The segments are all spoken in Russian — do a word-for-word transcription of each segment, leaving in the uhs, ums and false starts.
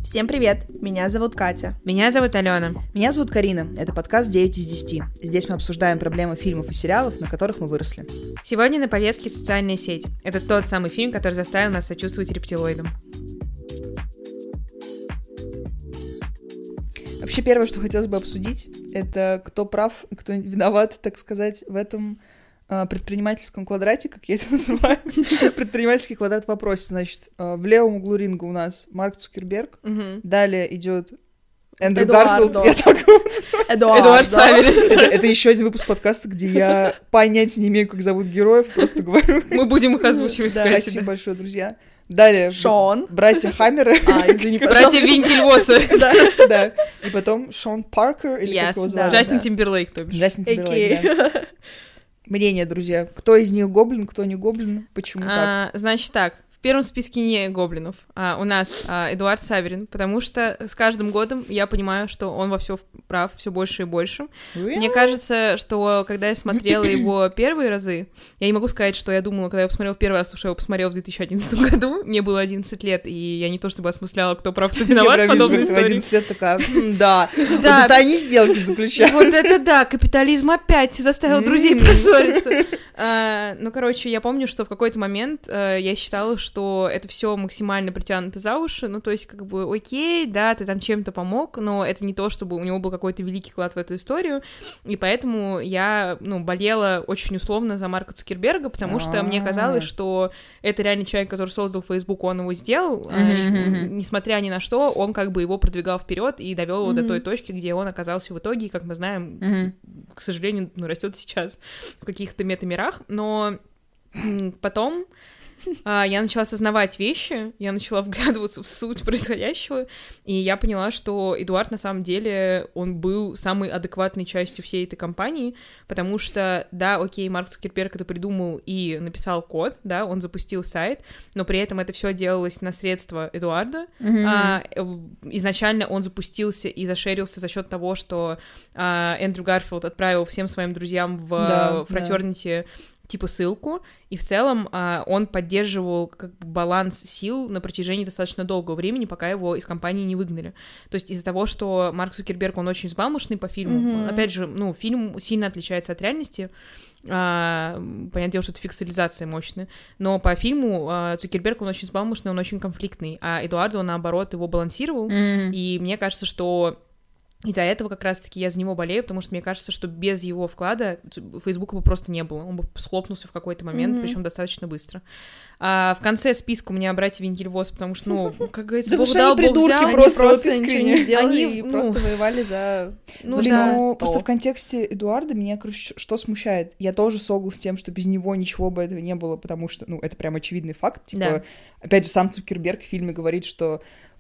Всем привет, меня зовут Катя. Меня зовут Алена. Меня зовут Карина, это подкаст девять из десяти. Здесь мы обсуждаем проблемы фильмов и сериалов, на которых мы выросли. Сегодня на повестке социальная сеть. Это тот самый фильм, который заставил нас сочувствовать рептилоидам. Вообще первое, что хотелось бы обсудить, это кто прав и кто виноват, так сказать, в этом э, предпринимательском квадрате, как я это называю. Предпринимательский квадрат в вопросе. Значит, э, в левом углу ринга у нас Марк Цукерберг, Угу. далее идет Эндрю Эдуардо. Гарфилд, я так его называю. Эдуард, Эдуард Саверин. Это, это еще один выпуск подкаста, где я понятия не имею, как зовут героев, просто говорю. Мы будем их озвучивать, Да, скорее Спасибо всего. большое, друзья. Далее Шон. братья Хаммеры. А, извини, Братья Винкельвоссы. Да. Да. И потом Шон Паркер, или как Yes, его да. звали? Джастин Тимберлейк, то бишь. Джастин Тимберлейк, Окей. да. Мнение, друзья. Кто из них гоблин, кто не гоблин, почему так? А, значит так, в первом списке не гоблинов, а у нас а, Эдуард Саверин, потому что с каждым годом я понимаю, что он во все прав, все больше и больше. Мне кажется, что когда я смотрела его первые разы, я не могу сказать, что я думала, когда я посмотрела в первый раз, потому что я его посмотрела в две тысячи одиннадцатом году, мне было одиннадцать лет, и я не то чтобы осмысляла, кто прав, кто виноват в подобной в истории. одиннадцать лет такая, «М, да, вот Да. это они сделки заключают. Вот это да, капитализм опять заставил друзей М. поссориться. А, ну, короче, я помню, что в какой-то момент а, я считала, что это все максимально притянуто за уши, ну, то есть, как бы, окей, да, ты там чем-то помог, но это не то, чтобы у него был какой-то великий вклад в эту историю, и поэтому я, ну, болела очень условно за Марка Цукерберга, потому что мне казалось, что это реально человек, который создал Facebook, он его сделал, а, Мгм. несмотря ни на что, он как бы его продвигал вперед и довел его до Мгм. той точки, где он оказался в итоге, и, как мы знаем, Мгм. к сожалению, ну, растет сейчас в каких-то метамирах, но м, потом а, я начала осознавать вещи, я начала вглядываться в суть происходящего, и я поняла, что Эдуард на самом деле, он был самой адекватной частью всей этой компании, потому что, да, окей, Марк Цукерберг это придумал и написал код, да, он запустил сайт, но при этом это все делалось на средства Эдуарда. Мгм. А, э, изначально он запустился и зашерился за счет того, что а, Эндрю Гарфилд отправил всем своим друзьям в Да, фратернити типа ссылку, и в целом а, он поддерживал как бы баланс сил на протяжении достаточно долгого времени, пока его из компании не выгнали. То есть из-за того, что Марк Цукерберг, он очень взбалмошный по фильму, Мгм. опять же, ну, фильм сильно отличается от реальности, а, понятное дело, что это фиксализация мощная, но по фильму а, Цукерберг, он очень взбалмошный, он очень конфликтный, а Эдуардо, он, наоборот, его балансировал, Мгм. и мне кажется, что из-за этого как раз-таки я за него болею, потому что мне кажется, что без его вклада Фейсбука бы просто не было. Он бы схлопнулся в какой-то момент, Мгм. причем достаточно быстро. А в конце списка у меня братья Винкельвосс, потому что, ну, как говорится, Да Бог потому что дал, они Бог придурки взял. Они просто, просто, вот ничего искренне. не делали Они, и ну, просто воевали за... Ну, Блин, да. ну то. просто в контексте Эдуарда меня, короче, что смущает? Я тоже согласна с тем, что без него ничего бы этого не было, потому что, ну, это прям очевидный факт. Типа, Да. опять же, сам Цукерберг в фильме говорит, что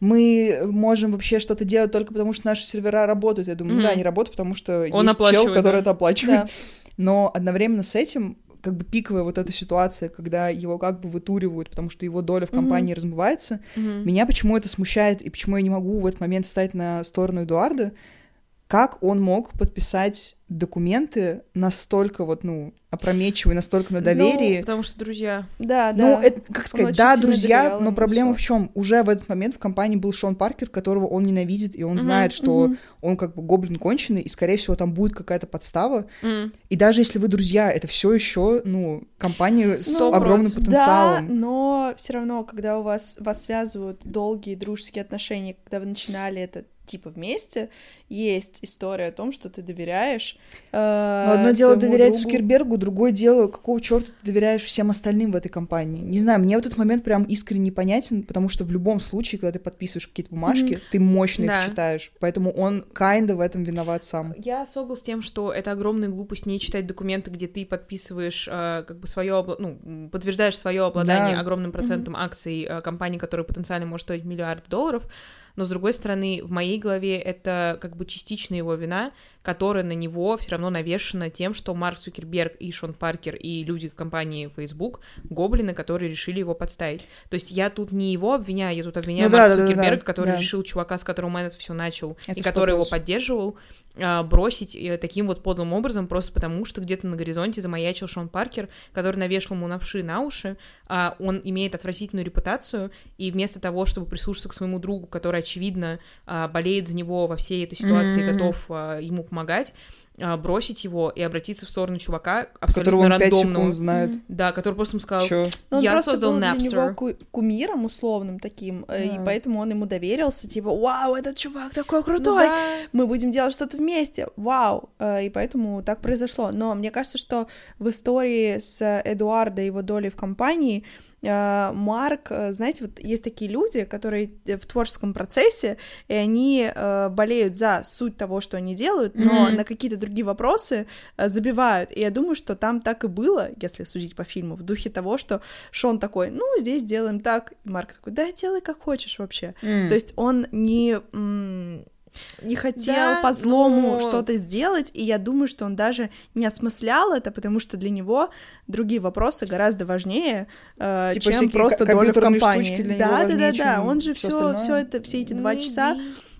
мы можем вообще что-то делать только потому, что наши сервера работают. Я думаю, ну Мгм. да, они работают, потому что Он есть чел, оплачивает, который да. это оплачивает. Да. Но одновременно с этим, как бы пиковая вот эта ситуация, когда его как бы вытуривают, потому что его доля в Мгм. компании размывается, Мгм. меня почему это смущает, и почему я не могу в этот момент встать на сторону Эдуарда, как он мог подписать документы настолько вот, ну, опрометчивые, настолько на доверии. Потому что друзья. Да, да. Ну, это, как Он сказать, очень да, сильно друзья, доверял но ему, проблема всё. в чем? Уже в этот момент в компании был Шон Паркер, которого он ненавидит, и он Мгм, знает, что Мгм. он как бы гоблин конченый, и, скорее всего, там будет какая-то подстава. М. И даже если вы друзья, это все еще, ну, компания с Ну, огромным вопрос. потенциалом. Да, но все равно, когда у вас вас связывают долгие дружеские отношения, когда вы начинали это типа вместе, есть история о том, что ты доверяешь. э, Но одно дело своему доверять другу. Цукербергу, другое дело, какого черта ты доверяешь всем остальным в этой компании. Не знаю, мне вот этот момент прям искренне непонятен, потому что в любом случае, когда ты подписываешь какие-то бумажки, Мгм. ты мощно Да. их читаешь. Поэтому он kinda в этом виноват сам. Я согласна с тем, что это огромная глупость не читать документы, где ты подписываешь э, как бы свое, обла... ну, м, подтверждаешь свое обладание Да. огромным процентом акций э, компании, которая потенциально может стоить миллиард долларов. Но, с другой стороны, в моей голове это как бы частично его вина, которая на него все равно навешена тем, что Марк Цукерберг и Шон Паркер и люди компании Facebook гоблины, которые решили его подставить. То есть я тут не его обвиняю, я тут обвиняю Ну да, Марка да, да, Цукерберга, да, который да. решил чувака, с которым он это все начал, Это и который его сто процентов. поддерживал, а, бросить э, таким вот подлым образом, просто потому что где-то на горизонте замаячил Шон Паркер, который навешал ему навши на уши, а он имеет отвратительную репутацию, и вместо того, чтобы прислушаться к своему другу, который, очевидно, а, болеет за него во всей этой ситуации, Mm-hmm. готов а, ему помогать, а, бросить его и обратиться в сторону чувака абсолютно которого он пять рандомного. секунд знает. Mm-hmm. Да, который просто ему сказал, Чё? Но он я просто создал был для Napster. него ку- кумиром условным таким, э, и Да. поэтому он ему доверился, типа, вау, этот чувак такой Ну крутой, да. мы будем делать что-то вместе, вау, Э, и поэтому так произошло. Но мне кажется, что в истории с Эдуардо и его долей в компании э, Марк, э, знаете, вот есть такие люди, которые в творческом процессе, и они э, болеют за суть того, что они делают, но Мгм. на какие-то другие вопросы э, забивают. И я думаю, что там так и было, если судить по фильму, в духе того, что Шон такой, ну, здесь делаем так, и Марк такой, да, делай как хочешь вообще. М. То есть он не... м, не хотел Да, по злому но- что-то сделать, и я думаю, что он даже не осмыслял это, потому что для него другие вопросы гораздо важнее, э, Типа чем всякие просто ко- доля в компьютерные компании. штучки для него Да, да, да, важнее, да. чем Он же всё все, остальное. все это, все эти два Maybe. часа,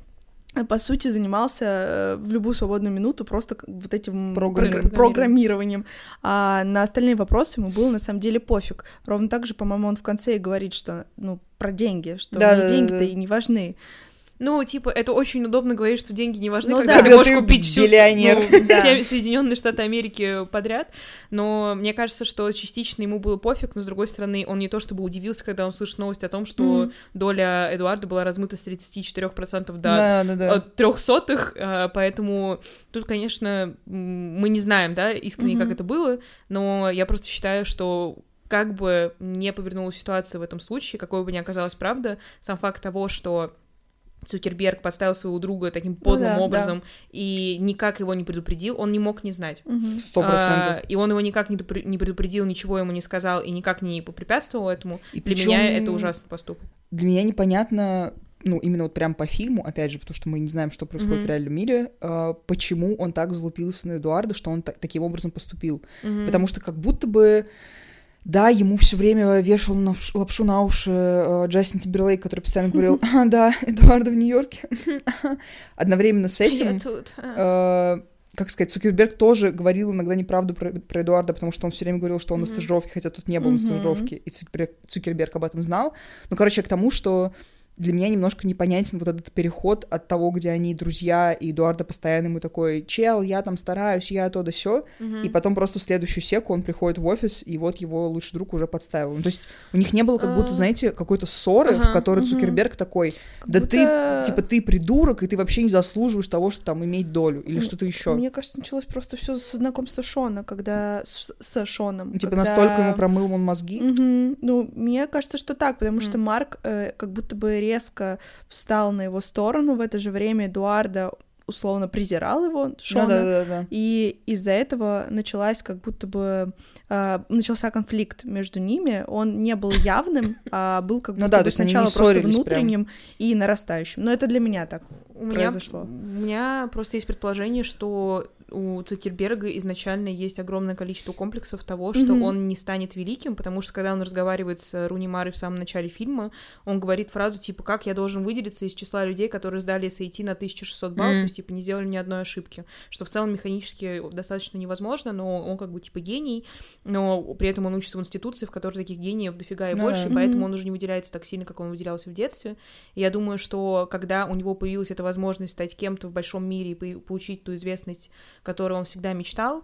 э, по сути, занимался э, в любую свободную минуту просто к- вот этим Программированием. програ- программированием. А на остальные вопросы ему было на самом деле пофиг. Ровно так же, по-моему, он в конце и говорит, что, ну, про деньги, что Да, мне да, да, деньги-то да. и не важны. Ну, типа, это очень удобно говорить, что деньги не важны, Ну когда да. ты Когда можешь ты купить всю миллионер. ну, Да. все Соединенные Штаты Америки подряд. Но мне кажется, что частично ему было пофиг, но с другой стороны, он не то чтобы удивился, когда он слышит новость о том, что Мгм. доля Эдуарда была размыта с тридцати четырёх процентов до Да, да, да. трехсотых, поэтому тут, конечно, м, мы не знаем, да, искренне, Мгм. как это было, но я просто считаю, что как бы не повернулась ситуация в этом случае, какой бы ни оказалась правда, сам факт того, что Цукерберг подставил своего друга таким подлым да, да. образом и никак его не предупредил, он не мог не знать. Мгм. Сто А, процентов. и он его никак не допр- не предупредил, ничего ему не сказал и никак не попрепятствовал этому. И Для причём меня это ужасный поступок. Для меня непонятно, ну, именно вот прям по фильму, опять же, потому что мы не знаем, что происходит Мгм. в реальном мире, а, почему он так залупился на Эдуарда, что он та- таким образом поступил. Мгм. Потому что как будто бы, да, ему все время вешал на вш- лапшу на уши э, Джастин Тимберлейк, который постоянно говорил, а, да, Эдуарда в Нью-Йорке. Одновременно с этим, Я тут. а. э, как сказать, Цукерберг тоже говорил иногда неправду про, про Эдуарда, потому что он все время говорил, что он на Мгм. стажировке, хотя тут не был на Мгм. стажировке, и Цукерберг, Цукерберг об этом знал. Ну, короче, к тому, что для меня немножко непонятен вот этот переход от того, где они друзья, и Эдуарда постоянно ему такой, чел, я там стараюсь, я то да сё, Мгм. и потом просто в следующую секу он приходит в офис, и вот его лучший друг уже подставил. Ну, то есть у них не было как будто, А. знаете, какой-то ссоры, в Ага. которой Мгм. Цукерберг такой, Как да будто- ты, типа, ты придурок, и ты вообще не заслуживаешь того, что там иметь долю, или М, что-то еще. Мне кажется, началось просто все со знакомства Шона, когда с, с Шоном. Типа когда- настолько ему промыл он мозги. Мгм. Ну, мне кажется, что так, потому что М. Марк э, как будто бы резко встал на его сторону. В это же время Эдуарда условно презирал его, Шона. Да-да-да. И из-за этого началась как будто бы э, начался конфликт между ними. Он не был явным, а был как Ну будто да, бы то есть они не сначала просто ссорились внутренним и нарастающим. Но это для меня так. У меня, произошло. у меня просто есть предположение, что у Цукерберга изначально есть огромное количество комплексов того, что Мгм. он не станет великим, потому что когда он разговаривает с Руни Марой в самом начале фильма, он говорит фразу типа «как я должен выделиться из числа людей, которые сдали эс эй ти на тысяча шестьсот баллов», Мгм. то есть типа не сделали ни одной ошибки, что в целом механически достаточно невозможно, но он как бы типа гений, но при этом он учится в институции, в которой таких гениев дофига и Да. больше, и Мгм. поэтому он уже не выделяется так сильно, как он выделялся в детстве. И я думаю, что когда у него появилась эта возможность стать кем-то в большом мире и по- получить ту известность, которую он всегда мечтал,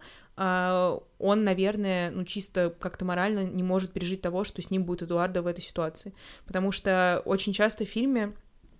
а, он, наверное, ну, чисто как-то морально не может пережить того, что с ним будет Эдуардо в этой ситуации. Потому что очень часто в фильме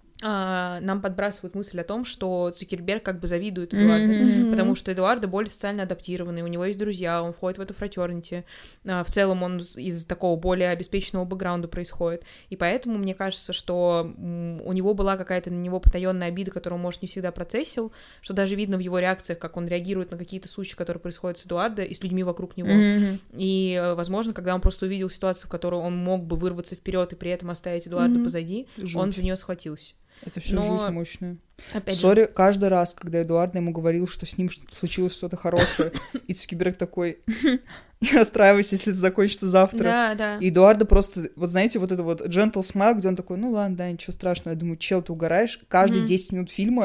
а, нам подбрасывают мысль о том, что Цукерберг как бы завидует Эдуарду, Мгм. потому что Эдуардо более социально адаптированный, у него есть друзья, он входит в это фратернити, а, в целом он из такого более обеспеченного бэкграунда происходит, и поэтому мне кажется, что м, у него была какая-то на него потаённая обида, которую он, может, не всегда процессил, что даже видно в его реакциях, как он реагирует на какие-то случаи, которые происходят с Эдуардо и с людьми вокруг него. Мгм. И, э, возможно, когда он просто увидел ситуацию, в которой он мог бы вырваться вперед и при этом оставить Эдуарда Мгм. позади, Жуть. он за нее схватился. Это все Но- жуть мощная. Опять же, Сори, каждый раз, когда Эдуард ему говорил, что с ним ш- случилось что-то хорошее, и Цукерберг такой, не расстраивайся, если это закончится завтра. да, да. И Эдуарда просто, вот знаете, вот это вот gentle smile, где он такой, ну ладно, да, ничего страшного. Я думаю, чел, ты угораешь? Каждые Мгм. десять минут фильма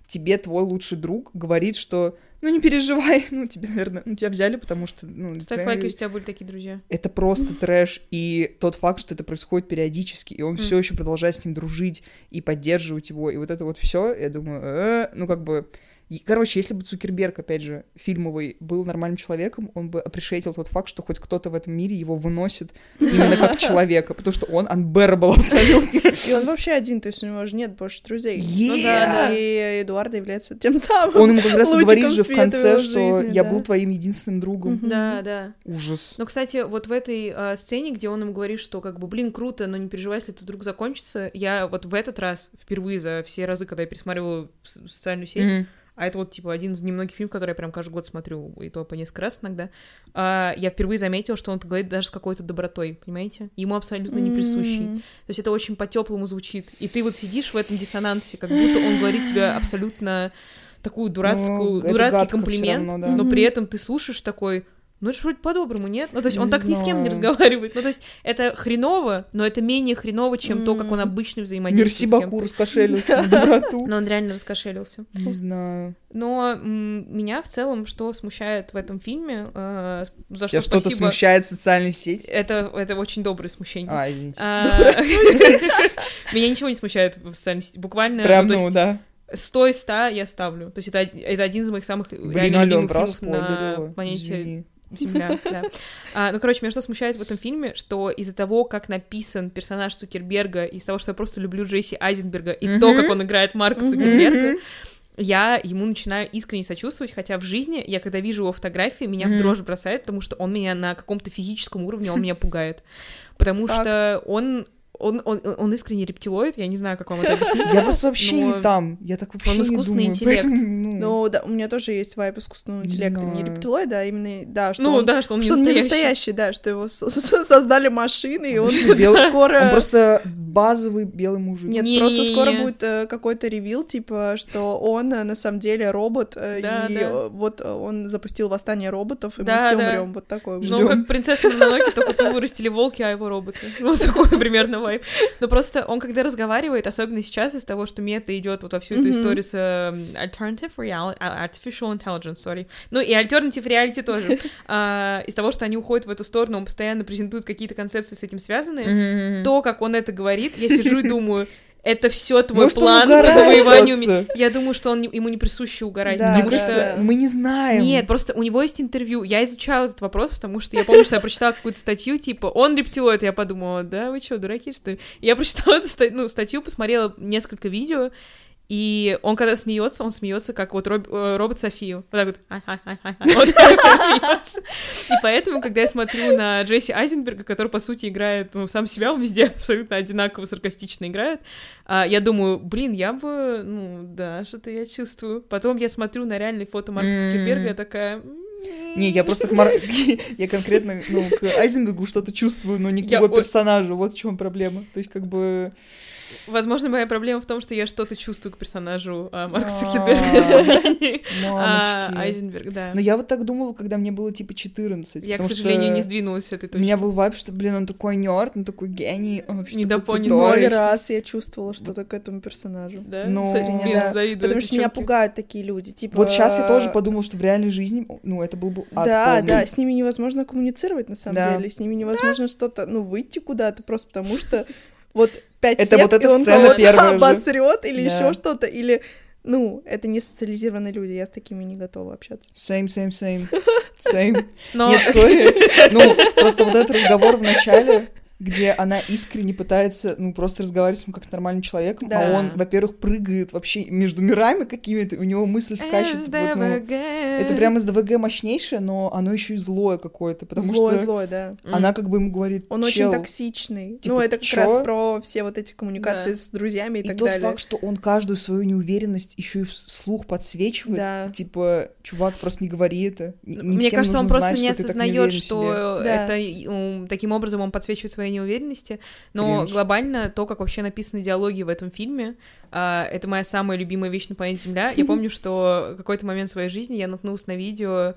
тебе твой лучший друг говорит, что ну не переживай, ну тебе, наверное, ну тебя взяли, потому что... Ну, ставь лайки, у тебя были такие друзья. Это просто трэш, и тот факт, что это происходит периодически, и он mm. все еще продолжает с ним дружить и поддерживать его, и вот это вот все, я думаю, э, ну как бы... Короче, если бы Цукерберг, опять же, фильмовый, был нормальным человеком, он бы апрешейтил тот факт, что хоть кто-то в этом мире его выносит именно как человека, потому что он unbearable абсолютно. И он вообще один, то есть у него же нет больше друзей. Yeah. Ну да, и Эдуард является тем самым. Он ему как раз говорит же в конце, что жизни, я да. был твоим единственным другом. Mm-hmm. Да, да. Ужас. Но, кстати, вот в этой э, сцене, где он ему говорит, что как бы, блин, круто, но не переживай, если это вдруг закончится, я вот в этот раз, впервые за все разы, когда я пересматривала социальную сеть, mm-hmm. а это вот, типа, один из немногих фильмов, которые я прям каждый год смотрю, и то по несколько раз иногда, а, я впервые заметила, что он это говорит даже с какой-то добротой, понимаете? Ему абсолютно не присущий. Mm-hmm. То есть это очень по-теплому звучит. И ты вот сидишь в этом диссонансе, как будто он говорит тебе абсолютно такую дурацкую, ну, дурацкий комплимент, равно, да. но mm-hmm. при этом ты слушаешь такой... Ну, это же вроде по-доброму, нет? Ну, то есть не он так знаю. Ни с кем не разговаривает. Ну, то есть это хреново, но это менее хреново, чем mm. то, как он обычно взаимодействует. Мерси Баку раскошелился на доброту. Но он реально раскошелился. Не знаю. Но м- меня в целом что смущает в этом фильме, э, за что Тебя спасибо... что-то смущает в социальной сети? Это, это очень доброе смущение. А, извините. Меня ничего не смущает в социальной сети. Буквально... Прям, ну, да. сто из ста я ставлю. То есть это, это один из моих самых Блин, реально Алён, любимых фильмов на планете Земля. Да. А, ну, короче, меня что смущает в этом фильме, что из-за того, как написан персонаж Цукерберга, из-за того, что я просто люблю Джесси Айзенберга, и mm-hmm. то, как он играет Марка mm-hmm. Цукерберга, я ему начинаю искренне сочувствовать, хотя в жизни я, когда вижу его фотографии, меня mm-hmm. в дрожь бросает, потому что он меня на каком-то физическом уровне, он меня пугает. Потому Факт. Что он... Он, он, он искренне рептилоид, я не знаю, как вам это объяснить. Я просто вообще но... не там, я так вообще он не думаю. Он искусственный интеллект. Поэтому, ну... ну, да, у меня тоже есть вайп искусственного интеллекта, не рептилоид, а именно, да, что ну, он, да, что он, что не, он настоящий. не настоящий, да, что его создали машины, и он белый, скоро... Он просто базовый белый мужик. Нет, не, просто не, скоро не. будет э, какой-то ревил, типа, что он на самом деле робот, э, да, и да. вот он запустил восстание роботов, и да, мы все да. умрем, вот такой. Ну, как принцесса Мононоке, только то вырастили волки, а его роботы. Вот такой примерно вайп. Но просто он, когда разговаривает, особенно сейчас, из того, что мета идет вот во всю эту mm-hmm. историю с uh, alternative reality, artificial intelligence, sorry, ну и alternative reality тоже, uh, из того, что они уходят в эту сторону, он постоянно презентует какие-то концепции с этим связанные, mm-hmm. то, как он это говорит, я сижу и думаю... Это все твой Может, план по завоеванию мира. Я думаю, что он, ему не присуще угорать. Да, потому да. что... Мы не знаем. Нет, просто у него есть интервью. Я изучала этот вопрос, потому что я помню, что я прочитала какую-то статью, типа, он рептилоид. Я подумала, да, вы что, дураки, что ли? И я прочитала эту ста- ну, статью, посмотрела несколько видео, и он, когда смеется, он смеется как вот роб- робот Софию. Вот так вот. Вот так смеется. И поэтому, когда я смотрю на Джесси Айзенберга, который, по сути, играет ну, сам себя, он везде абсолютно одинаково саркастично играет, я думаю, блин, я бы, ну, да, что-то я чувствую. Потом я смотрю на реальные фото Марка Цукерберга, я такая... Не, я просто к Мар... я конкретно ну, к Айзенбергу что-то чувствую, но не к его персонажу. Вот в чем проблема. То есть, как бы... Возможно, моя проблема в том, что я что-то чувствую к персонажу а, Марка Цукерберга. Мамочки. Айзенберг, да. Но я вот так думала, когда мне было типа четырнадцать. Я, к сожалению, не сдвинулась с этой точки. У меня был вайб, что, блин, он такой нерд, он такой гений, он вообще такой крутой. Ноль раз я чувствовала что-то к этому персонажу. Да? Ну, да. Потому что меня пугают такие люди. Типа... Вот сейчас я тоже подумала, что в реальной жизни, ну, это был бы ад Да, полный. да, с ними невозможно коммуницировать, на самом да. деле. С ними невозможно да. что-то, ну, выйти куда-то, просто потому что вот пять это сек, вот эта и он сцена первая обосрёт или да. еще что-то, или... Ну, это не социализированные люди, я с такими не готова общаться. Same, same, same. Same. Но... Нет, сори. Ну, просто вот этот разговор в начале, где она искренне пытается, ну, просто разговаривать с ним как с нормальным человеком, да. а он, во-первых, прыгает вообще между мирами какими-то, у него мысль скачет. Вот, ну, это прям СДВГ мощнейшее, но оно еще и злое какое-то, потому злое, что злое, да. она как бы ему говорит, он чел, очень токсичный. Типа, ну, это как чё? раз про все вот эти коммуникации да. с друзьями и, и так тот далее. И тот факт, что он каждую свою неуверенность еще и вслух подсвечивает, да. типа, чувак, просто не говори это. Не Мне кажется, он просто знать, не что осознает, что да. это um, таким образом он подсвечивает свои неуверенности. Но Кринж. Глобально то, как вообще написаны диалоги в этом фильме, uh, это моя самая любимая вещь на планете Земля. Я помню, что в какой-то момент своей жизни я наткнулась на видео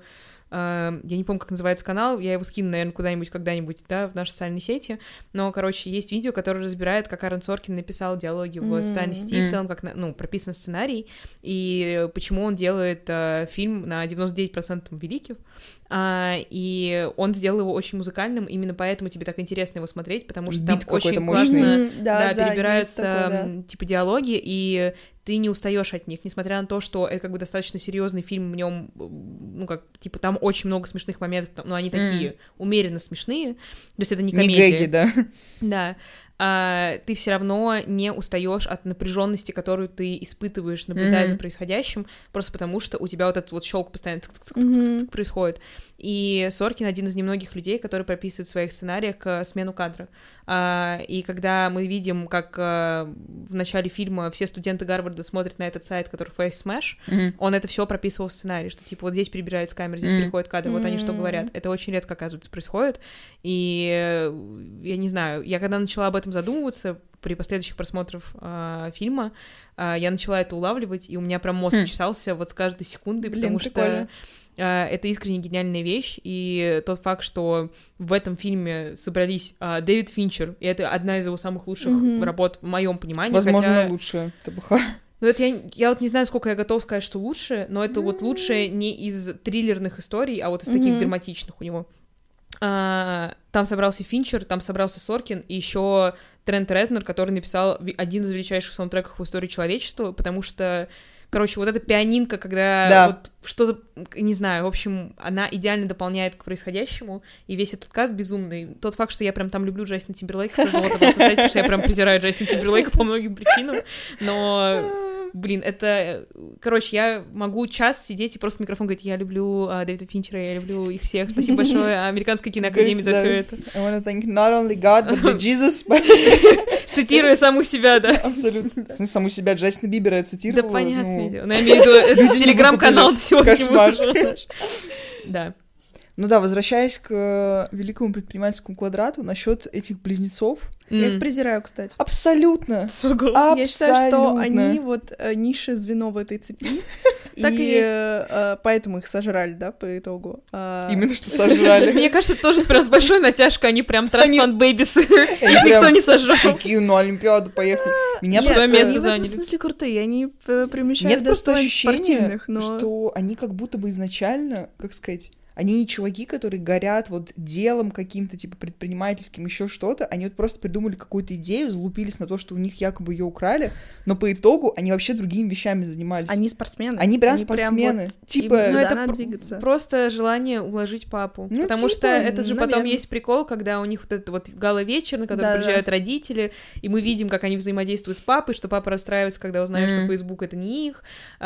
я не помню, как называется канал, я его скину, наверное, куда-нибудь, когда-нибудь, да, в нашей социальной сети, но, короче, есть видео, которое разбирает, как Аарон Соркин написал диалоги в mm-hmm. социальной сети, mm-hmm. в целом, как, ну, прописан сценарий, и почему он делает э, фильм на девяносто девять процентов великих, а, и он сделал его очень музыкальным, именно поэтому тебе так интересно его смотреть, потому что там очень классно mm-hmm. да, да, перебираются такое, да. типа диалоги, и ты не устаешь от них, несмотря на то, что это как бы достаточно серьезный фильм, в нем, ну, как, типа, там очень много смешных моментов, но они такие mm. умеренно смешные, то есть это не комедия. Не гэги, да. Да. А, ты все равно не устаешь от напряженности, которую ты испытываешь, наблюдая mm-hmm. за происходящим, просто потому что у тебя вот этот вот щелк постоянно mm-hmm. происходит. И Соркин один из немногих людей, который прописывает в своих сценариях смену кадра. А, и когда мы видим, как а, в начале фильма все студенты Гарварда смотрят на этот сайт, который Face Smash, mm-hmm. он это все прописывал в сценарии, что типа вот здесь перебирается камера, здесь mm-hmm. переходит кадр, вот они что говорят. Это очень редко, оказывается, происходит. И я не знаю, я когда начала об этом задумываться при последующих просмотрах э, фильма, э, я начала это улавливать, и у меня прям мозг mm. чесался вот с каждой секундой, Блин, потому прикольно. что э, это искренне гениальная вещь, и тот факт, что в этом фильме собрались э, Дэвид Финчер, и это одна из его самых лучших mm-hmm. работ в моем понимании. Возможно, хотя... лучшая ТБХ. Ну, это я, я вот не знаю, сколько я готова сказать, что лучше, но это mm-hmm. вот лучше не из триллерных историй, а вот из таких mm-hmm. драматичных у него. Uh, там собрался Финчер, там собрался Соркин, и еще Трент Резнор, который написал один из величайших саундтреков в истории человечества, потому что, короче, вот эта пианинка, когда да. вот что-то, не знаю, в общем, она идеально дополняет к происходящему, и весь этот каст безумный. Тот факт, что я прям там люблю Джастина Тимберлейка, со золота в соцсетях, потому что я прям презираю Джастина Тимберлейка по многим причинам, но... Блин, это... Короче, я могу час сидеть и просто в микрофон говорить, я люблю а, Дэвида Финчера, я люблю их всех. Спасибо большое Американской киноакадемии за все это. I want to thank not only God, but the Jesus. Цитируя саму себя, да. Абсолютно. В смысле, саму себя Джастина Бибера я цитировала. Да, понятное дело. Но я имею в виду телеграм-канал сегодня. Кошмар. Да. Ну да, возвращаясь к э, великому предпринимательскому квадрату, насчет этих близнецов. Я mm. их презираю, кстати. Абсолютно. Абсолютно. Я считаю, что они вот э, низшее звено в этой цепи. Так и есть. Э, поэтому их сожрали, да, по итогу. Именно что сожрали. Мне кажется, это тоже прям с большой натяжкой, они прям трансфан-бэйбис. Их никто не сожрал. Такие на Олимпиаду поехали. Меня просто место заняли. Они в этом смысле крутые, они примещают достоинств спортивных. Нет, просто ощущение, что они как будто бы изначально, как сказать... Они не чуваки, которые горят вот делом каким-то, типа, предпринимательским, еще что-то. Они вот просто придумали какую-то идею, залупились на то, что у них якобы ее украли, но по итогу они вообще другими вещами занимались. Они спортсмены. Они прям они спортсмены. Прям вот типа... Ну, это надо двигаться. Просто желание уложить папу. Ну, потому типа, что это же наверное. Потом есть прикол, когда у них вот этот вот гала-вечер, на который да, приезжают да. родители, и мы видим, как они взаимодействуют с папой, что папа расстраивается, когда узнает, mm-hmm. что Facebook — это не их,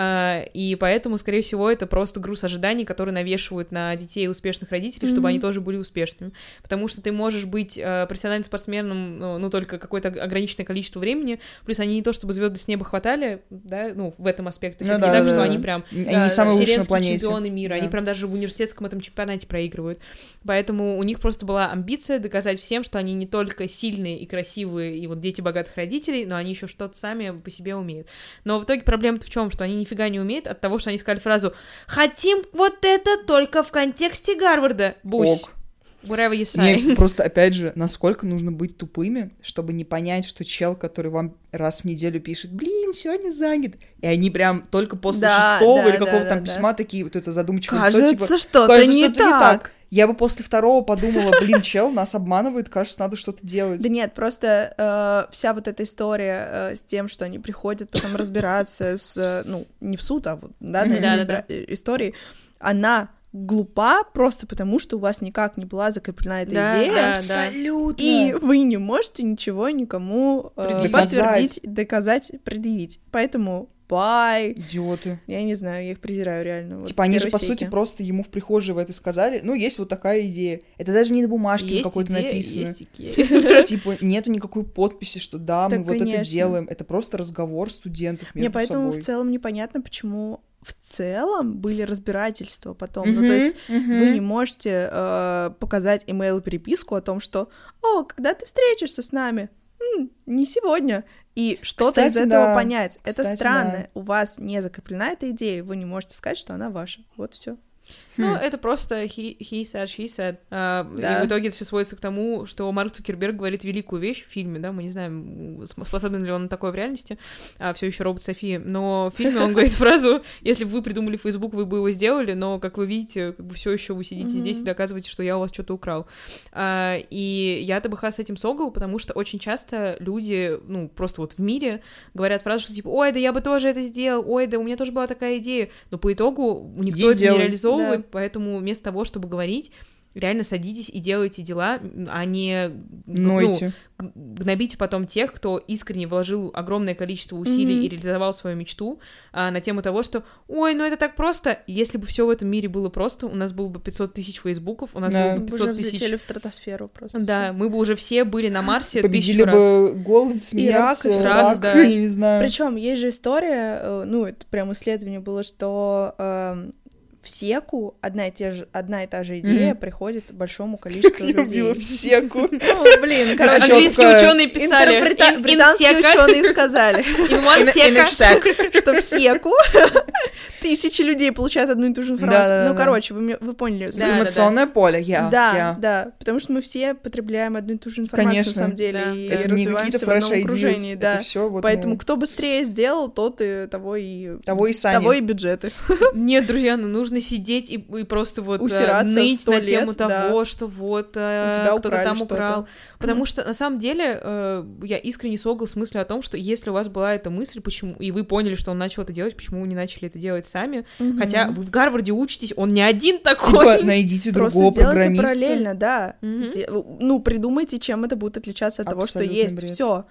и поэтому, скорее всего, это просто груз ожиданий, который навешивают на детей успешных родителей, mm-hmm. чтобы они тоже были успешными. Потому что ты можешь быть э, профессиональным спортсменом, ну, ну, только какое-то ограниченное количество времени, плюс они не то, чтобы звезды с неба хватали, да, ну, в этом аспекте. То есть ну, это да, не так, да, что да. они прям они да, самые лучшие на планете. Чемпионы мира, да. они прям даже в университетском этом чемпионате проигрывают. Поэтому у них просто была амбиция доказать всем, что они не только сильные и красивые, и вот дети богатых родителей, но они еще что-то сами по себе умеют. Но в итоге проблема-то в чем? Что они нифига не умеют от того, что они сказали фразу «Хотим вот это только в контексте Гарварда, Бусь». Ок. Whatever you say. Нет, просто, опять же, насколько нужно быть тупыми, чтобы не понять, что чел, который вам раз в неделю пишет, блин, сегодня занят, и они прям только после да, шестого да, или какого-то да, там да, письма да. такие вот это задумчивое кажется, лицо, типа, что-то кажется, не что-то так. не так. Я бы после второго подумала, блин, чел нас обманывает, кажется, надо что-то делать. Да нет, просто э, вся вот эта история э, с тем, что они приходят потом разбираться с, э, ну, не в суд, а вот, да, на да, разбира... да. истории, она глупа просто потому, что у вас никак не была закреплена эта да, идея. Да, абсолютно. И вы не можете ничего никому э, подтвердить, доказать, предъявить. Поэтому бай. Идиоты. Я не знаю, я их презираю реально. Типа вот они же, по сути, просто ему в прихожей в это сказали. Ну, есть вот такая идея. Это даже не на бумажке какой-то написано. Типа нету никакой подписи, что да, мы вот это делаем. Это просто разговор студентов между собой. Мне поэтому в целом непонятно, почему в целом были разбирательства потом. Ну, то есть вы не можете показать имейл-переписку о том, что «О, когда ты встретишься с нами?» Не сегодня. И что-то Кстати, из этого да. понять. Кстати, это странно. Да. У вас не закреплена эта идея, вы не можете сказать, что она ваша. Вот все. Ну, Хм. это просто he, he said, she said. Uh, Да. И в итоге это все сводится к тому, что Марк Цукерберг говорит великую вещь в фильме, да, мы не знаем, способен ли он на такое в реальности, а все еще робот Софии, но в фильме он говорит фразу: если бы вы придумали Facebook, вы бы его сделали, но, как вы видите, как бы все еще вы сидите Mm-hmm. здесь и доказываете, что я у вас что-то украл. Uh, и я ТБХ с этим согл, потому что очень часто люди, ну, просто вот в мире говорят фразу, что типа: ой, да я бы тоже это сделал, ой, да у меня тоже была такая идея, но по итогу никто Иди это сделай. не реализовывает, Да. поэтому вместо того, чтобы говорить, реально садитесь и делайте дела, а не Нойте. ну, гнобите потом тех, кто искренне вложил огромное количество усилий Мгм. и реализовал свою мечту а, на тему того, что ой, ну это так просто. Если бы все в этом мире было просто, у нас было бы пятьсот тысяч фейсбуков, у нас Да. было Мы бы бы уже пятьсот тысяч... взлетели в стратосферу просто. Да, мы бы уже все были на Марсе Победили тысячу раз. бы голод, смерть, рак, и э, всё. рак, Да. я не знаю. Причем есть же история, э, ну, это прям исследование было, что эм, в секу одна и, те же, одна и та же идея Мгм. приходит большому количеству Любила людей. в секу. Ну, блин, короче, Сначала Английские такая- ученые писали. интерпрета- in- in британские seca, ученые сказали, in one In a- in a seca. sec. что в секу тысячи людей получают одну и ту же информацию. Да-да-да. Ну, короче, вы, ме- вы поняли. Да, Информационное поле, я. Да, я. да, потому что мы все потребляем одну и ту же информацию, Конечно. на самом деле, Да. и Это не какие-то развиваемся в одном флеш-айди, окружении, да. это все вот, Поэтому ну, кто быстрее сделал, тот и того и... того и Саня. Того и бюджеты. Нет, друзья, ну нужно сидеть и, и просто вот э, Усираться в ныть сто на лет, тему да. того, что вот э, У тебя кто-то украли там что-то. украл. Потому что на самом деле э, я искренне согл с мыслью о том, что если у вас была эта мысль, почему и вы поняли, что он начал это делать, почему вы не начали это делать сами? Хотя вы в Гарварде учитесь, он не один такой. Типа, найдите Просто другого сделайте программиста. параллельно, да. Мгм. Сде- Ну, придумайте, чем это будет отличаться от того, что Абсолютный есть. бред. Все.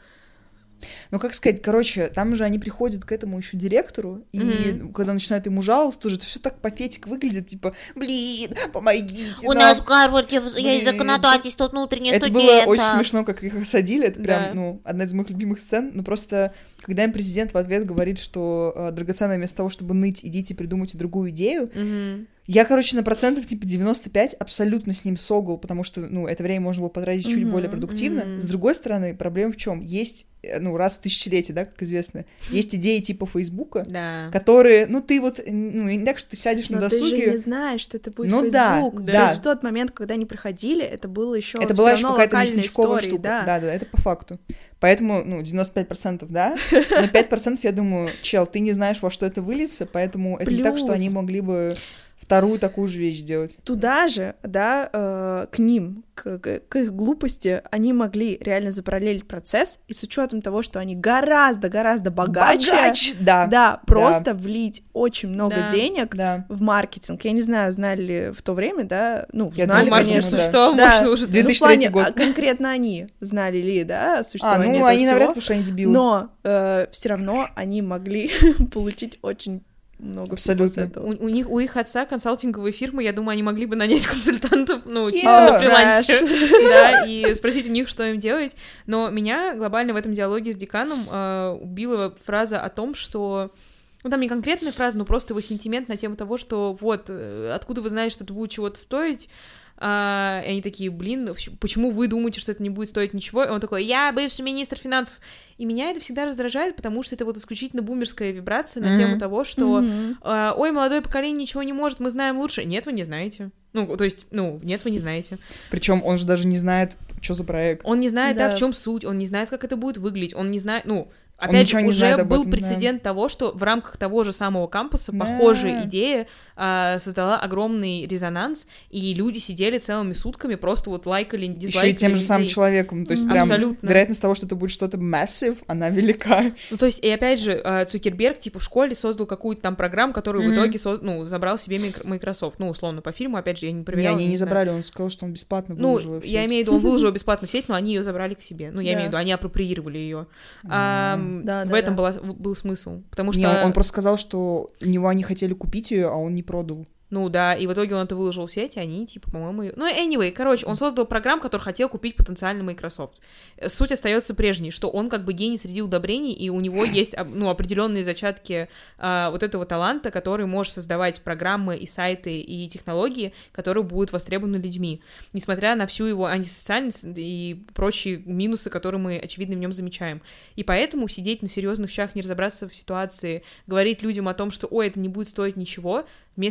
Ну, как сказать, короче, там же они приходят к этому еще директору, и Мгм. когда начинают ему жаловаться, тоже это все так пафетик выглядит, типа, блин, помогите У нам. нас в Гарварде есть Блин. законодательство внутреннее Это студента. было очень смешно, как их осадили, это прям, Да. ну, одна из моих любимых сцен, но просто, когда им президент в ответ говорит, что э, драгоценное вместо того, чтобы ныть, идите придумайте другую идею, Мгм. я, короче, на процентах, типа, девяносто пять абсолютно с ним согл, потому что, ну, это время можно было потратить чуть Мгм, более продуктивно. мгм. С другой стороны, проблема в чем? Есть, э, ну, раз в тысячелетие, да, как известно, есть идеи типа Фейсбука, Да. которые, ну, ты вот, ну, не так, что ты сядешь на Но ты же досуге, не знаешь, что это будет Ну Facebook. да, То да. есть в тот момент, когда они приходили, это было еще это была еще равно какая-то локальная местечковая история, штука. да. Да, да, это по факту. Поэтому, ну, девяносто пять процентов, да, но пять процентов я думаю, чел, ты не знаешь, во что это выльется, поэтому это не так, что Плюс- они могли бы вторую такую же вещь сделать. Туда же, да, э, к ним, к, к- к их глупости, они могли реально запараллелить процесс, и с учетом того, что они гораздо-гораздо богаче, Богаче, да. да, просто влить очень много Да. денег Да. в маркетинг. Я не знаю, знали ли в то время, да, ну, Я знали, Ну, маркетинг конечно, да. существовал, Да. может, уже... две Ну, в тысячи третий плане, год. а конкретно они знали ли, да, А, существование ну, этого они навряд, всего. потому что они дебилы. Но все равно они могли получить очень много всего Абсолютно. с этого. У, у них, у их отца консалтинговые фирмы, я думаю, они могли бы нанять консультантов, ну, Yeah. чисто на фрилансе, Трэш. да, и спросить у них, что им делать. Но меня глобально в этом диалоге с деканом э, убила фраза о том, что... Ну, там не конкретная фраза, но просто его сентимент на тему того, что вот, э, откуда вы знаете, что это будет чего-то стоить, а, и они такие, блин, почему вы думаете, что это не будет стоить ничего? И он такой, я бывший министр финансов. И меня это всегда раздражает, потому что это вот исключительно бумерская вибрация на Мгм. тему того, что Мгм. а, ой, молодое поколение ничего не может, мы знаем лучше. Нет, вы не знаете. Ну, то есть, ну, нет, вы не знаете. Причем он же даже не знает, что за проект. Он не знает, да, Да. в чем суть, он не знает, как это будет выглядеть, он не знает, ну, Он опять ничего же, не уже знает об был этом, да. прецедент того, что в рамках того же самого кампуса Да. похожая идея а, создала огромный резонанс, и люди сидели целыми сутками, просто вот лайкали, дизлайкали Еще и тем же самым людей. человеком. То есть прям Абсолютно. вероятность того, что это будет что-то massive, она велика. Ну, то есть, и опять же, а, Цукерберг, типа, в школе создал какую-то там программу, которую в Мгм. итоге, соз- ну, забрал себе микро- Microsoft, ну, условно, по фильму, опять же, я не Не, проверяла. они не знаю. забрали, он сказал, что он бесплатно Ну, выложил. её в я сеть. имею в виду, он выложил бесплатно в сеть, но они ее забрали к себе. Ну, я Да. имею в виду, они апроприировали ее. А. Да, в да, этом да. была- был смысл. Потому что, Не, он, он просто сказал, что у него они хотели купить ее, а он не продал. ну да, и в итоге он это выложил в сеть, и они, типа, по-моему... её- Ну, anyway, короче, он создал программу, которую хотел купить потенциально Microsoft. Э, Суть остается прежней, что он как бы гений среди удобрений, и у него есть, об- ну, определенные зачатки а, вот этого таланта, который может создавать программы и сайты, и технологии, которые будут востребованы людьми, несмотря на всю его антисоциальность и прочие минусы, которые мы, очевидно, в нем замечаем. И поэтому сидеть на серьезных щах, не разобраться в ситуации, говорить людям о том, что, ой, это не будет стоить ничего, вместо того,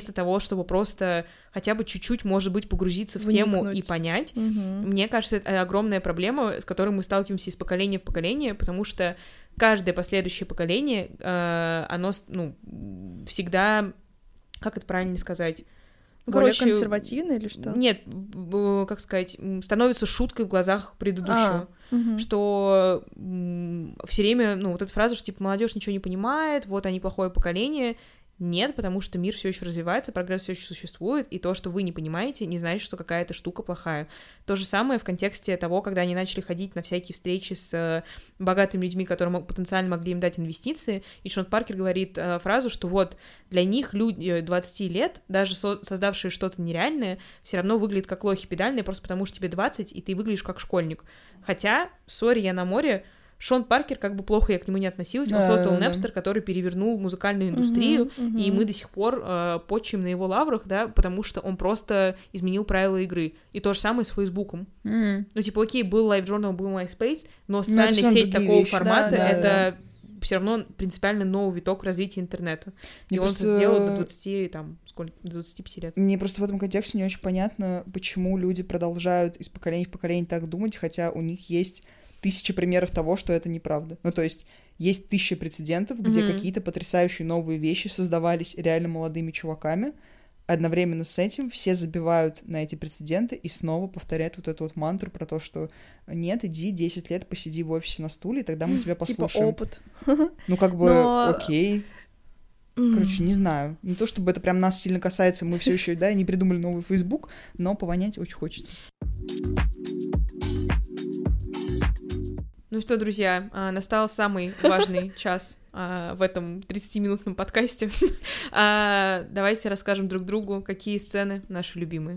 чтобы просто хотя бы чуть-чуть, может быть, погрузиться в тему и Вникнуть. понять. Мгм. Мне кажется, это огромная проблема, с которой мы сталкиваемся из поколения в поколение, потому что каждое последующее поколение, э, оно, ну, всегда, как это правильно сказать? Ну, Более короче, консервативно или что? Нет, б- как сказать, м, становится шуткой в глазах предыдущего. А, мгм. Что все время, ну, вот эта фраза, что, типа, молодежь ничего не понимает, вот они плохое поколение. Нет, потому что мир все еще развивается, прогресс все еще существует, и то, что вы не понимаете, не значит, что какая-то штука плохая. То же самое в контексте того, когда они начали ходить на всякие встречи с э, богатыми людьми, которые мог- потенциально могли им дать инвестиции, и Шон Паркер говорит э, фразу, что вот для них люди двадцати лет, даже со- создавшие что-то нереальное, все равно выглядят как лохи педальные, просто потому что тебе двадцать, и ты выглядишь как школьник. Хотя, сори, я на море, Шон Паркер, как бы плохо я к нему не относилась, он Да, создал да, да. Napster, который перевернул музыкальную индустрию, Мгм, мгм. и мы до сих пор э, почим на его лаврах, да, потому что он просто изменил правила игры. И то же самое с Фейсбуком. М. Ну, типа, окей, был LiveJournal, был MySpace, но это социальная всё равно сеть другие такого вещи. формата, Да, да, это все равно принципиально новый виток развития интернета. И Мне он просто- это сделал до двадцати, там, сколько, до двадцати пяти лет. Мне просто в этом контексте не очень понятно, почему люди продолжают из поколения в поколение так думать, хотя у них есть тысячи примеров того, что это неправда. Ну, то есть есть тысячи прецедентов, где Мгм. какие-то потрясающие новые вещи создавались реально молодыми чуваками. Одновременно с этим все забивают на эти прецеденты и снова повторяют вот эту вот мантру про то, что нет, иди десять лет посиди в офисе на стуле, и тогда мы тебя Типа послушаем. опыт. Ну, как бы, Но- окей. Короче, не знаю. Не то, чтобы это прям нас сильно касается, мы все еще, да, не придумали новый Facebook, но повонять очень хочется. Ну что, друзья, а, настал самый важный час а, в этом тридцатиминутном подкасте. А, Давайте расскажем друг другу, какие сцены наши любимые.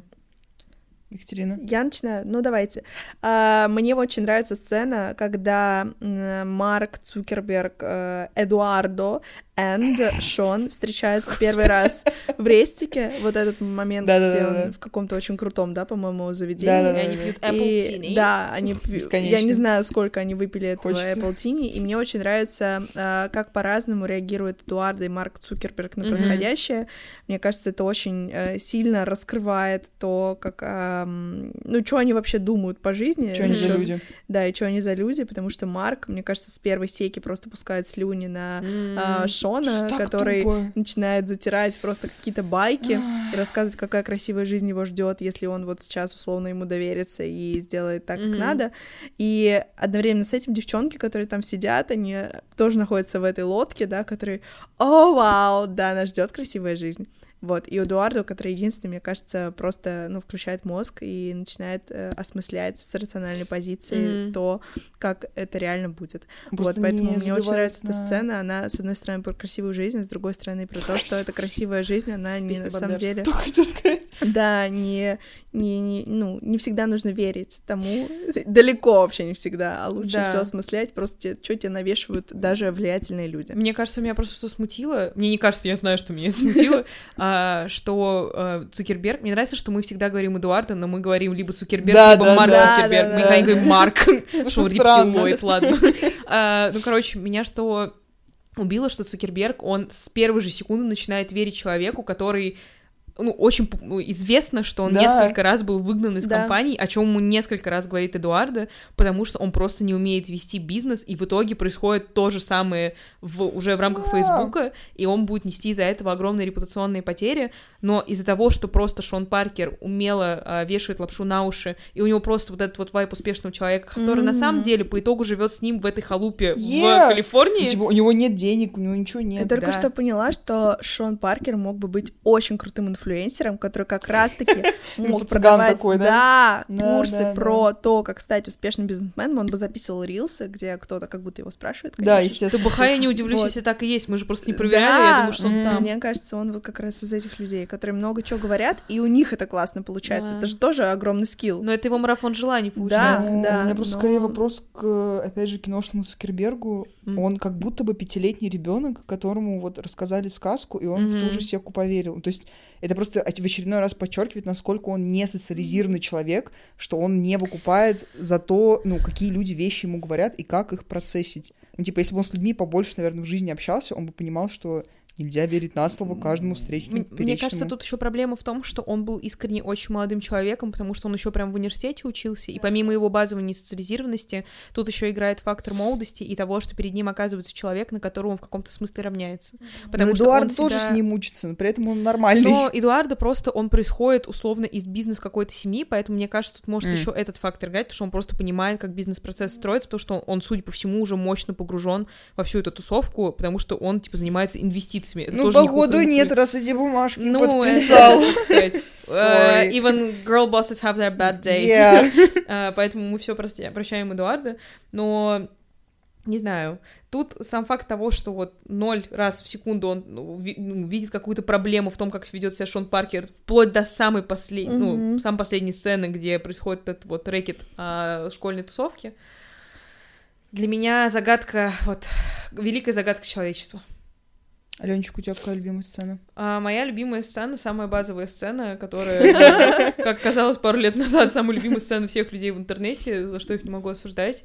Екатерина? Я начинаю. Ну, давайте. А, Мне очень нравится сцена, когда м, Марк Цукерберг, э, Эдуардо и Шон встречаются в первый раз в Рестике. Вот этот момент, где Да-да-да-да. он в каком-то очень крутом, да, по-моему, заведении. И Да-да-да. они пьют Apple И, Tea. да, они пьют. Бесконечно. Я не знаю, сколько они выпили этого Хочется. Apple Tea, и мне очень нравится, а, как по-разному реагируют Эдуард и Марк Цукерберг на Мгм. происходящее. Мне кажется, это очень э, сильно раскрывает то, как, ам, ну, что они вообще думают по жизни. Что они за насчёт- люди? Да, и что они за люди, потому что Марк, мне кажется, с первой сейки просто пускает слюни на М. а, Шона, Что так который тупо? начинает затирать просто какие-то байки и рассказывать, какая красивая жизнь его ждет, если он вот сейчас условно ему доверится и сделает так, как Мгм. надо. И одновременно с этим девчонки, которые там сидят, они тоже находятся в этой лодке, да, которые, о, вау, да, нас ждет красивая жизнь. Вот, и Эдуардо, который единственный, мне кажется, просто, ну, включает мозг и начинает э, осмыслять с рациональной позиции Мгм. то, как это реально будет. Он Вот, просто поэтому не мне очень забивает нравится эта на- сцена. Она, с одной стороны, про красивую жизнь, а с другой стороны, про то, что эта красивая жизнь, она не Песня на самом Бандераса. деле... Что хотел сказать? Да, не, не, не, ну, не всегда нужно верить тому, далеко вообще не всегда, а лучше Да. все осмыслять, просто те, что тебе навешивают даже влиятельные люди. Мне кажется, меня просто что смутило. Мне не кажется, я знаю, что меня это смутило, а, что а, Цукерберг... Мне нравится, что мы всегда говорим Эдуарда, но мы говорим либо Цукерберг, Да, либо да, Марк да. Цукерберг. Да, Мы да, никогда не да. говорим Марк, что что он странно. рептилоид, ладно. А, Ну, короче, меня что убило, что Цукерберг, он с первой же секунды начинает верить человеку, который... Ну, очень п- ну, известно, что он Да. несколько раз был выгнан из Да. компании, о чем ему несколько раз говорит Эдуарда, потому что он просто не умеет вести бизнес, и в итоге происходит то же самое в, уже в рамках Да. Фейсбука, и он будет нести из-за этого огромные репутационные потери, но из-за того, что просто Шон Паркер умело а, вешает лапшу на уши, и у него просто вот этот вот вайб успешного человека, который на самом Мгм. деле по итогу живет с ним в этой халупе Yeah. в Калифорнии. Типа, у него нет денег, у него ничего Я нет. только да. что поняла, что Шон Паркер мог бы быть очень крутым инфлюенсером, который как раз-таки мог Инфо-цыган продавать такой, да? да, Да, курсы да, про то, как стать успешным бизнесменом. Он бы записывал рилсы, где кто-то как будто его спрашивает. Да, конечно. естественно. КБХ, я не удивлюсь, Вот. если так и есть, мы же просто не проверяли, Да, я думаю, что он м, там. Мне кажется, он вот как раз из этих людей, которые много чего говорят, и у них это классно получается. Да. Это же тоже огромный скилл. Но это его марафон желаний, Да. получается. Ну, да, у меня просто но- скорее вопрос к, опять же, киношному Цукербергу. М. Он как будто бы пятилетний ребенок, которому вот рассказали сказку, и он в Мгм. ту же секу поверил. То есть это просто в очередной раз подчеркивает, насколько он не социализированный человек, что он не выкупает за то, ну, какие люди вещи ему говорят и как их процессить. Ну, типа, если бы он с людьми побольше, наверное, в жизни общался, он бы понимал, что Нельзя верить на слово каждому встречному, М- Мне кажется, тут еще проблема в том, что он был искренне очень молодым человеком, потому что он еще прям в университете учился, и помимо его базовой несоциализированности, тут еще играет фактор молодости и того, что перед ним оказывается человек, на которого он в каком-то смысле равняется. Потому но что Эдуард он тоже себя... с ним учится, но при этом он нормальный. Но Эдуарда просто, он происходит условно из бизнес какой-то семьи, поэтому мне кажется, тут может mm. еще этот фактор играть, потому что он просто понимает, как бизнес-процесс строится, потому что он, судя по всему, уже мощно погружен во всю эту тусовку, потому что он, типа, занимается инвестициями. Это ну, тоже походу, нет, раз эти бумажки ну, подписал. Это, так сказать. Uh, even girl bosses have their bad days. Yeah. uh, поэтому мы все прощаем Эдуарда, но... Не знаю, тут сам факт того, что вот ноль раз в секунду он ну, ви- ну, видит какую-то проблему в том, как ведет себя Шон Паркер, вплоть до самой последней, mm-hmm. ну, самой последней сцены, где происходит этот вот рэкет а, школьной тусовки. Для меня загадка, вот, великая загадка человечества. Аленчик, у тебя какая любимая сцена? А, моя любимая сцена, самая базовая сцена, которая, как казалось пару лет назад, самая любимая сцена всех людей в интернете, за что их не могу осуждать,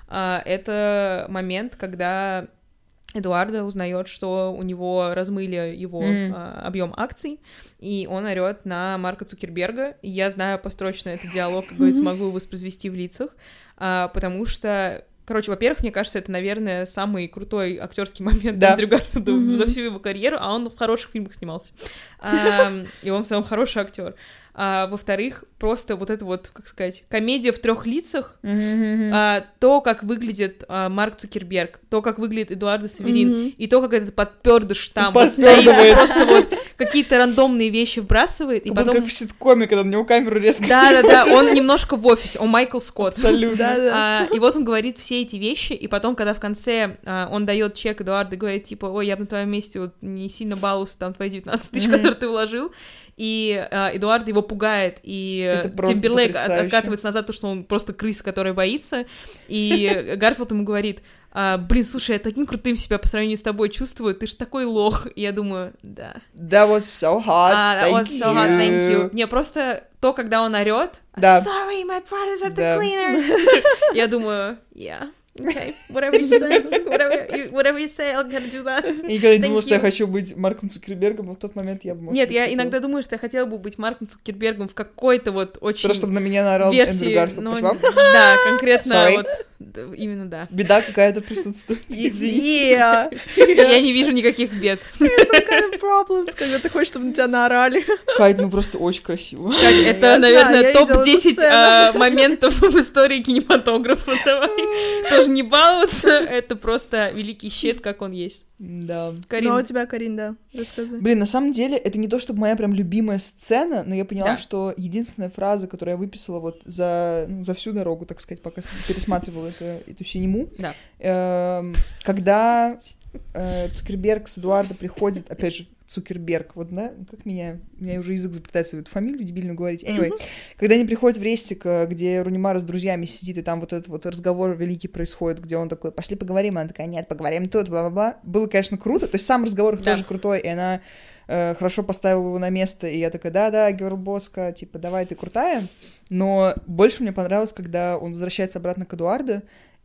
это момент, когда Эдуарда узнает, что у него размыли его mm. объем акций, и он орет на Марка Цукерберга. И я знаю построчно этот диалог, как говорится, могу воспроизвести в лицах, потому что... Короче, во-первых, мне кажется, это, наверное, самый крутой актерский момент да. Эндрю Гарфилда mm-hmm. за всю его карьеру, а он в хороших фильмах снимался. а, и он в целом хороший актер. А, во-вторых, просто вот это вот, как сказать, комедия в трех лицах, mm-hmm. а, то, как выглядит а, Марк Цукерберг, то, как выглядит Эдуардо Северин, mm-hmm. и то, как этот подпердыш там вот стоит, просто вот какие-то рандомные вещи вбрасывает, и потом... как в ситкоме, когда на него камеру резко... Да-да-да, он немножко в офисе, он Майкл Скотт. Абсолютно. а, и вот он говорит все эти вещи, и потом, когда в конце а, он дает чек Эдуарду и говорит, типа, ой, я бы на твоем месте вот не сильно баловался, там, твои девятнадцать тысяч, mm-hmm. которые ты вложил, и а, Эдуард его пугает, и Тимберлейк от, откатывается назад, потому что он просто крыса, которая боится, и Гарфилд ему говорит, а, блин, слушай, я таким крутым себя по сравнению с тобой чувствую, ты же такой лох, и я думаю, да. That was so hot, uh, that thank was so you. hot, thank you. Не, просто то, когда он орёт, да. sorry, my brother's at the да. cleaners, я думаю, yeah. Okay, whatever you say, whatever you, whatever you say, I'm gonna do that. Я никогда не думала, что я хочу быть Марком Цукербергом, но в тот момент я бы, может Нет, быть, я хотела. иногда думаю, что я хотела бы быть Марком Цукербергом в какой-то вот очень Просто чтобы на меня наорал версии, Эндрю Гарфилд, но... понимаешь? Да, конкретно Sorry. вот, именно да. Беда какая-то присутствует. Извини. Я не вижу никаких бед. Some kind of problems, когда ты хочешь, чтобы на тебя наорали. Кать, ну просто очень красиво. Кать, это, Я наверное, знаю, топ десять а, моментов в истории кинематографа. Давай тоже не баловаться. Это просто великий щит, как он есть. Да. Карин. Ну, а у тебя, Карин, да, рассказывай. Блин, на самом деле, это не то, чтобы моя прям любимая сцена, но я поняла, Да. что единственная фраза, которую я выписала вот за, ну, за всю дорогу, так сказать, пока пересматривала это, эту синему, Да. эм, когда э, Цукерберг с Эдуардо приходит, опять же, Цукерберг, вот, да, как меня, у меня уже язык заплетается эту фамилию дебильную говорить. Anyway, mm-hmm. когда они приходят в рестик, где Рунимара с друзьями сидит, и там вот этот вот разговор великий происходит, где он такой, пошли поговорим, она такая, нет, поговорим тут, бла-бла-бла. Было, конечно, круто, то есть сам разговор их Да. тоже крутой, и она э, хорошо поставила его на место, и я такая, да-да, герлбоска, типа, давай, ты крутая, но больше мне понравилось, когда он возвращается обратно к Эдуардо,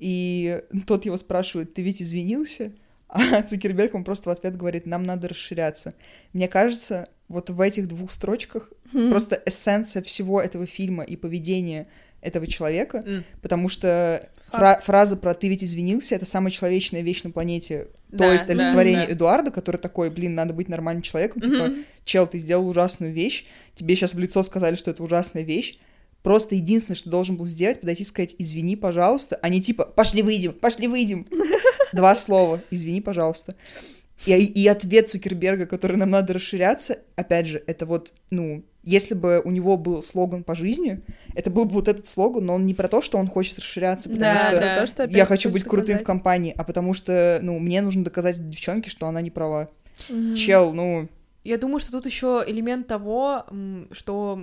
и тот его спрашивает, ты ведь извинился? А Цукерберг ему просто в ответ говорит, нам надо расширяться. Мне кажется, вот в этих двух строчках mm. просто эссенция всего этого фильма и поведения этого человека, mm. потому что фра- фраза про «ты ведь извинился» — это самая человечная вещь на планете, да, то есть олицетворение да, да. Эдуарда, который такой, блин, надо быть нормальным человеком, типа, mm-hmm. чел, ты сделал ужасную вещь, тебе сейчас в лицо сказали, что это ужасная вещь, просто единственное, что должен был сделать, подойти и сказать «извини, пожалуйста», а не типа «пошли выйдем, пошли выйдем». Два слова «извини, пожалуйста». И, и ответ Цукерберга, который нам надо расширяться, опять же, это вот, ну, если бы у него был слоган по жизни, это был бы вот этот слоган, но он не про то, что он хочет расширяться, потому да, что, да. То, что я хочу быть доказать. крутым в компании, а потому что, ну, мне нужно доказать девчонке, что она не права. Mm-hmm. Чел, ну... Я думаю, что тут еще элемент того, что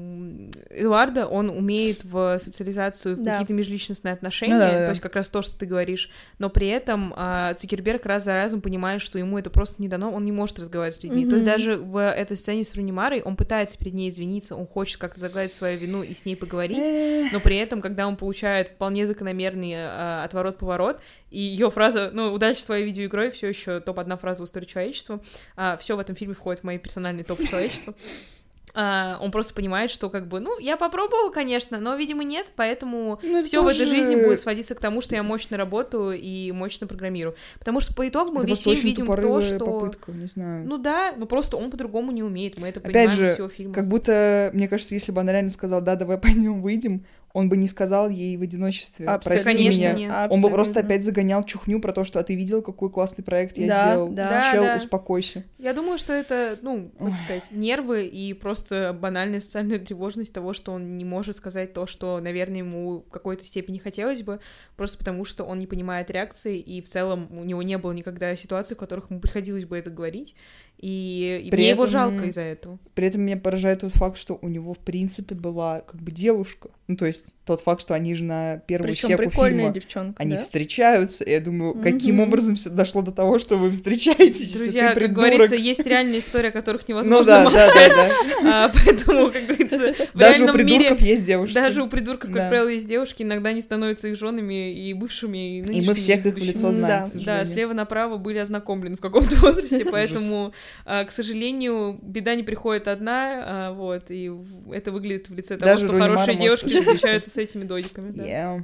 Эдуардо, он умеет в социализацию, в да. какие-то межличностные отношения, ну, да, да, да. то есть как раз то, что ты говоришь, но при этом а, Цукерберг раз за разом понимает, что ему это просто не дано, он не может разговаривать с людьми. Mm-hmm. То есть даже в этой сцене с Рунимарой он пытается перед ней извиниться, он хочет как-то загладить свою вину и с ней поговорить, но при этом, когда он получает вполне закономерный а, отворот-поворот, и ее фраза, ну, удачи с твоей видеоигрой, все еще топ-одна фраза в истории человечества, а, все в этом фильме входит в мои персональные топ человечества. Uh, он просто понимает, что как бы, ну, я попробовал, конечно, но, видимо, нет, поэтому ну, все тоже... в этой жизни будет сводиться к тому, что я мощно работаю и мощно программирую. Потому что по итогу мы это весь фильм видим то, что... попытка, не знаю. Ну да, но просто он по-другому не умеет, мы это Опять понимаем же, из всего фильма. Как будто, мне кажется, если бы она реально сказала, да, давай пойдем выйдем, он бы не сказал ей в одиночестве, Абсолютно. прости Конечно, меня. нет. Он Абсолютно. бы просто опять загонял чухню про то, что а ты видел, какой классный проект я Да, сделал. да. Чел, Да, да. успокойся. Я думаю, что это, ну, как сказать, нервы и просто банальная социальная тревожность того, что он не может сказать то, что, наверное, ему в какой-то степени хотелось бы, просто потому что он не понимает реакции, и в целом у него не было никогда ситуаций, в которых ему приходилось бы это говорить, и, и мне этом... его жалко из-за этого. При этом меня поражает тот факт, что у него, в принципе, была как бы девушка. Ну, то есть тот факт, что они же на первую Причем секу прикольная фильма, девчонка, они да? встречаются, и я думаю, каким Мгм. образом все дошло до того, что вы встречаетесь, Друзья, если ты как придурок. говорится, есть реальные истории, о которых Ну невозможно да, да, молчать, да, да. а, поэтому, как говорится, в Даже у реальном мире... придурков есть девушки. Даже у придурков, как Да. правило, есть девушки, иногда они становятся их женами и бывшими, и нынешними. И мы всех и их в будущими. лицо знаем, Да. к сожалению. Да, слева направо были ознакомлены в каком-то возрасте, поэтому, а, к сожалению, беда не приходит одна, а, вот, и в- это выглядит в лице того, Даже что Руни Мара хорошие может девушки ошибиться. встречаются с этими додиками. Да. Yeah.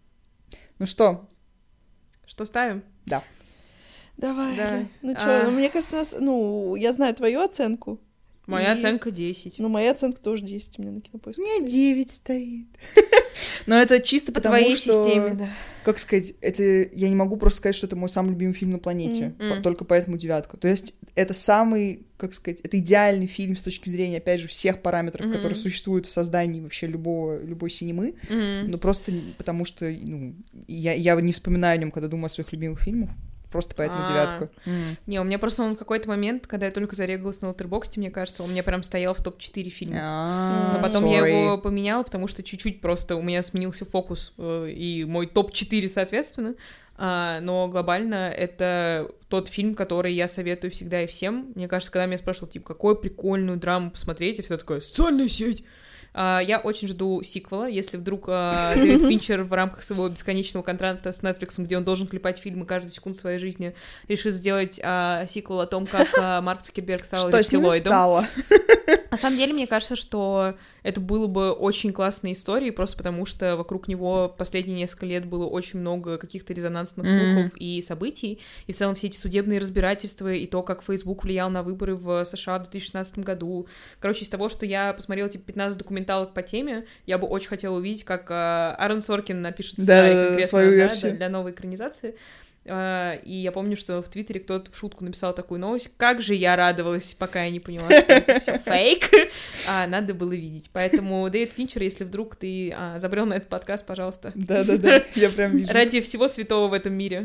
Ну что, Что ставим? Давай. Да. Ля. Ну А. что, ну, мне кажется, нас... ну, я знаю твою оценку. Моя И- оценка десять. Ну, моя оценка тоже десять у меня на Кинопоиске. у меня стоит. девять стоит. Но это чисто По потому, твоей что... системе, да. Как сказать, это я не могу просто сказать, что это мой самый любимый фильм на планете, Мгм. по- только поэтому девятка. То есть это самый, как сказать, это идеальный фильм с точки зрения, опять же, всех параметров, Мгм. которые существуют в создании вообще любого любой синемы. Мгм. Ну просто потому что, ну, я я не вспоминаю о нем, когда думаю о своих любимых фильмах. Просто поэтому А. девятка. Не, у меня просто он в какой-то момент, когда я только зарегалась на Letterboxd, мне кажется, он у меня прям стоял в топ четыре фильма. А, Но потом я sorry. его поменяла, потому что чуть-чуть просто у меня сменился фокус, э, и мой топ четыре, соответственно. А, но глобально это тот фильм, который я советую всегда и всем. Мне кажется, когда меня спрашивают, типа, какую прикольную драму посмотреть, я всегда такая, социальная сеть! А, я очень жду сиквела, если вдруг а, Дэвид Финчер в рамках своего бесконечного контракта с Netflix, где он должен клепать фильмы каждую секунду своей жизни, решит сделать а, сиквел о том, как а, Марк Цукерберг стал Что с ними рептилоидом. стало? На самом деле, мне кажется, что это было бы очень классной историей, просто потому что вокруг него последние несколько лет было очень много каких-то резонансных слухов mm. и событий, и в целом все эти судебные разбирательства, и то, как Facebook влиял на выборы в США в две тысячи шестнадцатом году. Короче, из того, что я посмотрела, типа, пятнадцать документалок по теме, я бы очень хотела увидеть, как э, Аарон Соркин напишет сценарий да, конкретно свою да, версию. да, для новой экранизации. Uh, и я помню, что в Твиттере кто-то в шутку написал такую новость. Как же я радовалась, пока я не поняла, что это все фейк. А, надо было видеть. Поэтому, Дэвид Финчер, если вдруг ты а, забрел на этот подкаст, пожалуйста. Да-да-да, я прям вижу. Ради всего святого в этом мире.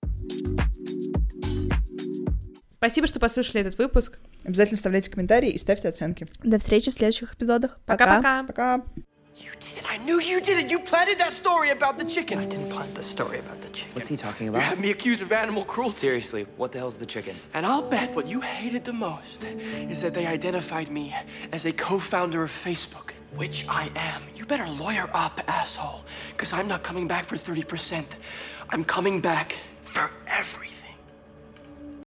Спасибо, что послушали этот выпуск. Обязательно оставляйте комментарии и ставьте оценки. До встречи в следующих эпизодах. Пока-пока. Пока. You did it. I knew you did it. You planted that story about the chicken. I didn't plant the story about the chicken. What's he talking You about? had me accused of animal cruelty. Seriously, what the hell's the chicken? And I'll bet what you hated the most is that they identified me as a co-founder of Facebook, which I am. You better lawyer up, asshole, because I'm not coming back for thirty percent. I'm coming back for everything.